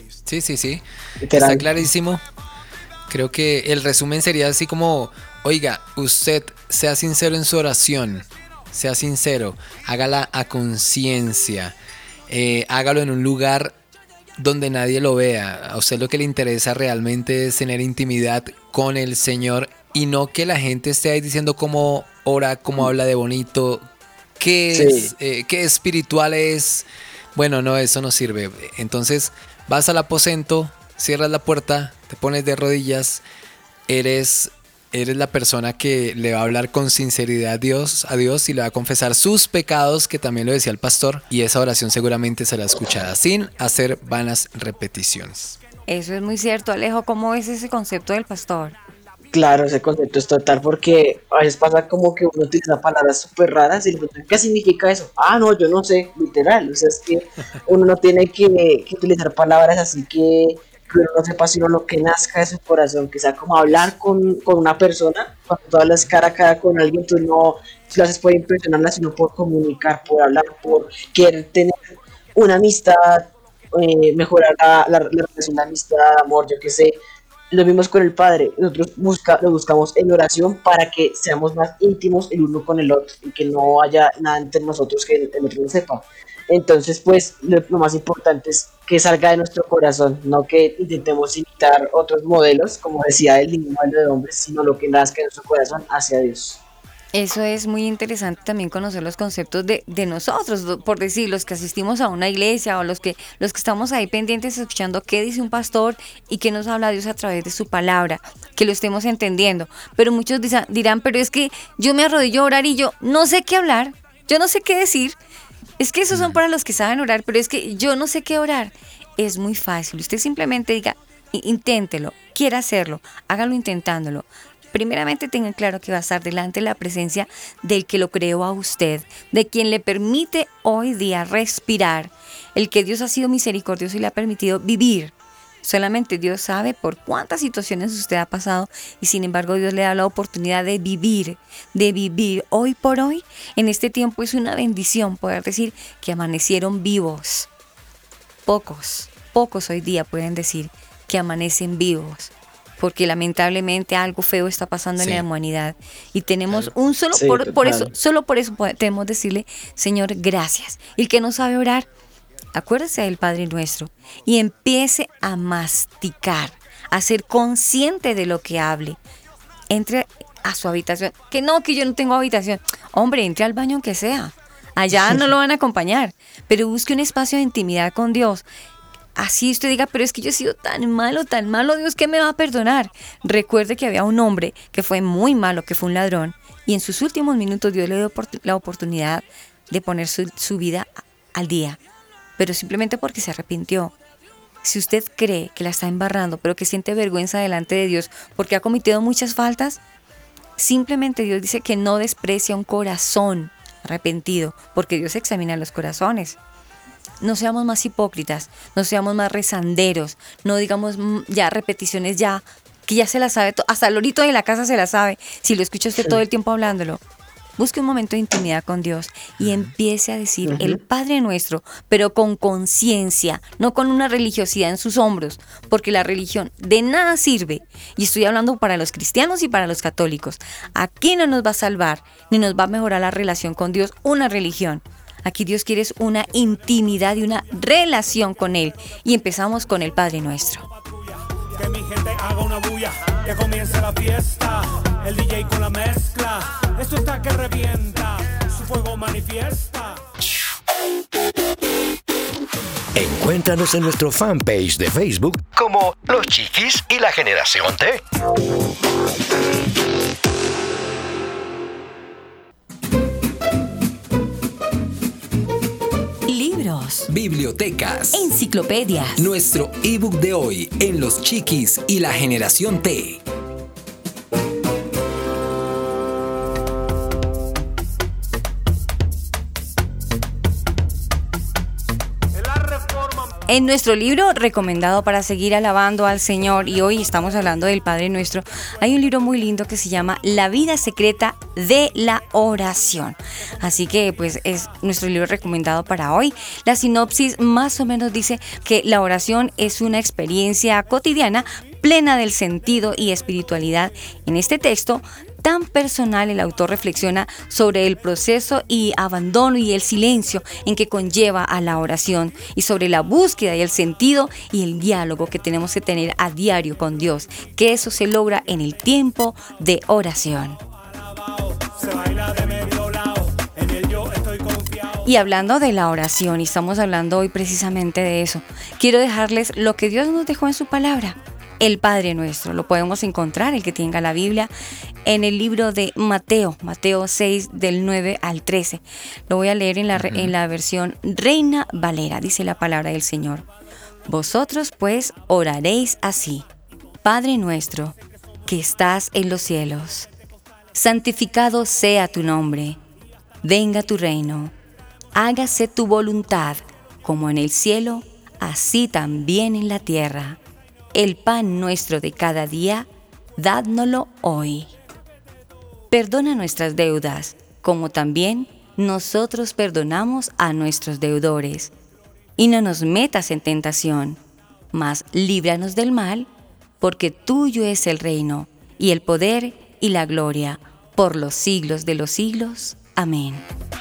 Está clarísimo. Creo que el resumen sería así como, oiga, usted sea sincero en su oración. Sea sincero, hágala a conciencia, hágalo en un lugar donde nadie lo vea. A usted lo que le interesa realmente es tener intimidad con el Señor y no que la gente esté ahí diciendo cómo ora, cómo habla de bonito, qué espiritual es. Bueno, no, eso no sirve. Entonces vas al aposento, cierras la puerta, te pones de rodillas, eres la persona que le va a hablar con sinceridad a Dios y le va a confesar sus pecados, que también lo decía el pastor, y esa oración seguramente será escuchada sin hacer vanas repeticiones. Eso es muy cierto, Alejo. ¿Cómo es ese concepto del pastor? Claro, ese concepto es total, porque a veces pasa como que uno utiliza palabras súper raras y le preguntan, ¿qué significa eso? Ah, no, yo no sé, literal. O sea, es que uno no tiene que utilizar palabras así que uno no sepa sino lo que nazca de su corazón, que sea como hablar con una persona. Cuando tú hablas cara a cara con alguien, tú no lo haces por impresionarla, sino por comunicar, por hablar, por querer tener una amistad, mejorar la relación de amistad, amor, yo qué sé. Lo vimos con el Padre, nosotros lo buscamos en oración para que seamos más íntimos el uno con el otro y que no haya nada entre nosotros que el otro no sepa. Entonces, pues, lo más importante es que salga de nuestro corazón, no que intentemos imitar otros modelos, como decía el ningún modelo de hombres, sino lo que nazca de nuestro corazón hacia Dios. Eso es muy interesante también conocer los conceptos de nosotros, por decir, los que asistimos a una iglesia o los que estamos ahí pendientes escuchando qué dice un pastor y qué nos habla Dios a través de su palabra, que lo estemos entendiendo. Pero muchos dirán, pero es que yo me arrodillo a orar y yo no sé qué hablar, yo no sé qué decir. Es que esos son para los que saben orar, pero es que yo no sé qué orar. Es muy fácil, usted simplemente diga, inténtelo, quiera hacerlo, hágalo intentándolo. Primeramente tengan claro que va a estar delante de la presencia del que lo creó a usted, de quien le permite hoy día respirar, el que Dios ha sido misericordioso y le ha permitido vivir. Solamente Dios sabe por cuántas situaciones usted ha pasado y sin embargo Dios le da la oportunidad de vivir hoy por hoy. En este tiempo es una bendición poder decir que amanecieron vivos. Pocos hoy día pueden decir que amanecen vivos, porque lamentablemente algo feo está pasando en la humanidad y tenemos solo por eso podemos decirle, Señor, gracias. Y el que no sabe orar, acuérdese del Padre Nuestro y empiece a masticar, a ser consciente de lo que hable. Entre a su habitación. Que yo no tengo habitación. Hombre, entre al baño aunque sea. Allá no lo van a acompañar, pero busque un espacio de intimidad con Dios. Así usted diga, pero es que yo he sido tan malo, Dios, ¿qué me va a perdonar? Recuerde que había un hombre que fue muy malo, que fue un ladrón, y en sus últimos minutos Dios le dio la oportunidad de poner su vida al día, pero simplemente porque se arrepintió. Si usted cree que la está embarrando, pero que siente vergüenza delante de Dios porque ha cometido muchas faltas, simplemente Dios dice que no desprecia un corazón arrepentido, porque Dios examina los corazones. No seamos más hipócritas, no seamos más rezanderos, no digamos ya repeticiones que ya se la sabe, hasta el lorito de la casa se la sabe, si lo escucha usted todo el tiempo hablándolo. Busque un momento de intimidad con Dios y empiece a decir el Padre Nuestro, pero con conciencia, no con una religiosidad en sus hombros, porque la religión de nada sirve. Y estoy hablando para los cristianos y para los católicos. Aquí no nos va a salvar, ni nos va a mejorar la relación con Dios una religión. Aquí Dios quiere una intimidad y una relación con Él. Y empezamos con el Padre Nuestro. Que mi gente haga una bulla, que comience la fiesta. El DJ con la mezcla, esto está que revienta, su fuego manifiesta. Encuéntranos en nuestro fanpage de Facebook como Los Chiquis y la Generación T. libros, bibliotecas, enciclopedias. Nuestro ebook de hoy en Los Chiquis y la Generación T. En nuestro libro recomendado para seguir alabando al Señor, y hoy estamos hablando del Padre Nuestro, hay un libro muy lindo que se llama La vida secreta de la oración. Así que pues es nuestro libro recomendado para hoy. La sinopsis más o menos dice que la oración es una experiencia cotidiana plena del sentido y espiritualidad. En este texto tan personal, el autor reflexiona sobre el proceso y abandono y el silencio en que conlleva a la oración, y sobre la búsqueda y el sentido y el diálogo que tenemos que tener a diario con Dios, que eso se logra en el tiempo de oración. Y hablando de la oración, y estamos hablando hoy precisamente de eso, quiero dejarles lo que Dios nos dejó en su palabra. El Padre Nuestro, lo podemos encontrar, el que tenga la Biblia, en el libro de Mateo 6 del 9 al 13. Lo voy a leer en la versión Reina Valera. Dice la palabra del Señor: Vosotros pues oraréis así: Padre nuestro, que estás en los cielos, santificado sea tu nombre, venga tu reino, hágase tu voluntad, como en el cielo, así también en la tierra. El pan nuestro de cada día, dádnoslo hoy. Perdona nuestras deudas, como también nosotros perdonamos a nuestros deudores. Y no nos metas en tentación, mas líbranos del mal, porque tuyo es el reino, y el poder, y la gloria, por los siglos de los siglos. Amén.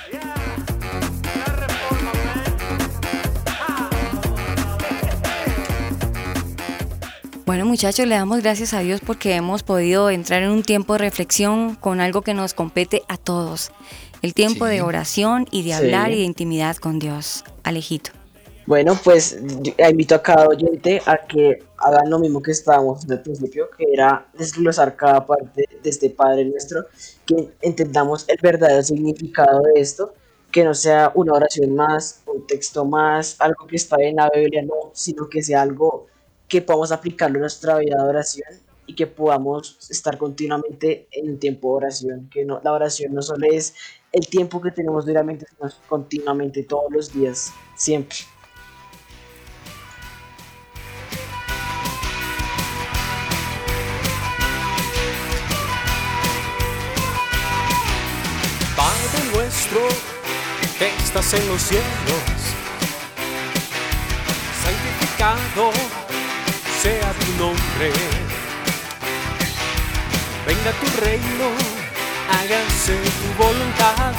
Bueno, muchachos, le damos gracias a Dios porque hemos podido entrar en un tiempo de reflexión con algo que nos compete a todos. El tiempo de oración y de hablar y de intimidad con Dios. Alejito. Bueno, pues yo invito a cada oyente a que hagan lo mismo que estábamos desde el principio, que era desglosar cada parte de este Padre Nuestro, que entendamos el verdadero significado de esto, que no sea una oración más, un texto más, algo que está en la Biblia, no, sino que sea algo que podamos aplicarlo en nuestra vida de oración y que podamos estar continuamente en un tiempo de oración, que no, la oración no solo es el tiempo que tenemos diariamente, sino continuamente, todos los días, siempre. Padre nuestro, que estás en los cielos, santificado sea tu nombre, venga tu reino, hágase tu voluntad,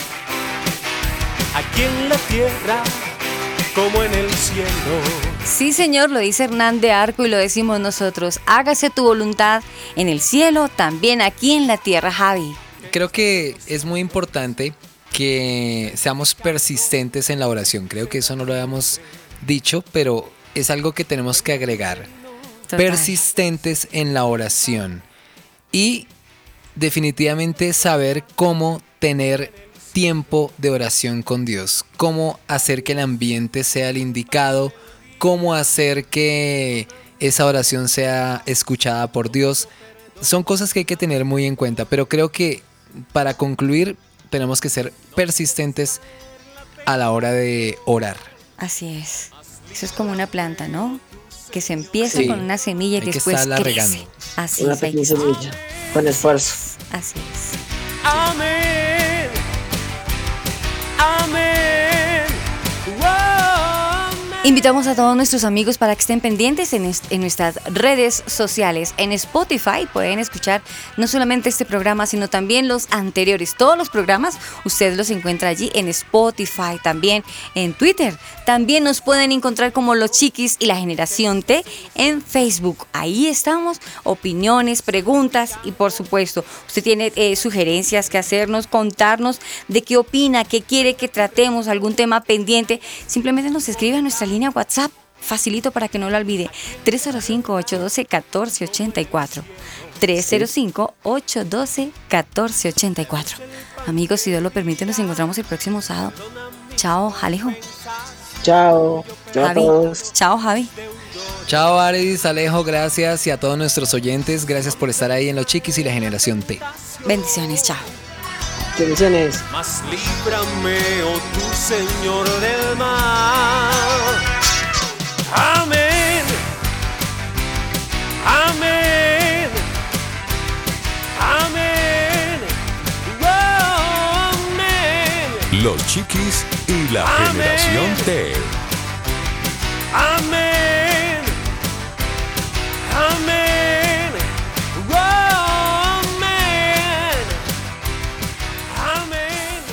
aquí en la tierra como en el cielo. Sí, Señor, lo dice Hernán de Arco y lo decimos nosotros: hágase tu voluntad en el cielo, también aquí en la tierra, Javi. Creo que es muy importante que seamos persistentes en la oración. Creo que eso no lo habíamos dicho, pero es algo que tenemos que agregar. Total. Persistentes en la oración. Y definitivamente saber cómo tener tiempo de oración con Dios. Cómo hacer que el ambiente sea el indicado. Cómo hacer que esa oración sea escuchada por Dios. Son cosas que hay que tener muy en cuenta. Pero creo que para concluir tenemos que ser persistentes a la hora de orar. Así es. Eso es como una planta, ¿no? Que se empieza con una semilla y después crece. Regando. Así una es. pequeña semilla, con esfuerzo. Así es. Amén. Amén. Invitamos a todos nuestros amigos para que estén pendientes en nuestras redes sociales. En Spotify pueden escuchar no solamente este programa, sino también los anteriores. Todos los programas ustedes los encuentran allí en Spotify, también en Twitter. También nos pueden encontrar como Los Chiquis y la Generación T en Facebook. Ahí estamos, opiniones, preguntas y por supuesto, usted tiene sugerencias que hacernos, contarnos de qué opina, qué quiere que tratemos, algún tema pendiente. Simplemente nos escribe a nuestra línea WhatsApp, facilito para que no lo olvide, 305-812-1484. 305-812-1484. Amigos, si Dios lo permite, nos encontramos el próximo sábado. Chao, Alejo. Chao. Chao a Javi. todos. Chao, Javi. Chao, Aris, Alejo, gracias. Y a todos nuestros oyentes, gracias por estar ahí en Los Chiquis y la Generación T. Bendiciones, chao. Bendiciones. Mas líbrame, oh tú, Señor del mar. Amén. Amén. Amén. Oh, amén. Los Chiquis y la Generación T. Amén. Amén. Oh, amén. Amén.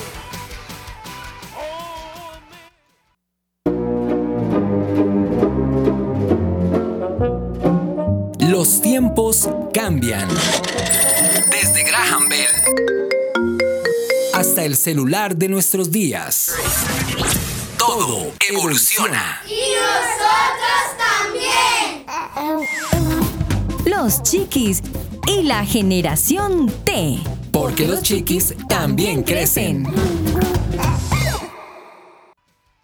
Los tiempos cambian. Desde Graham Bell hasta el celular de nuestros días. Todo evoluciona. Y nosotros también. Los Chiquis y la Generación T. Porque los chiquis también crecen.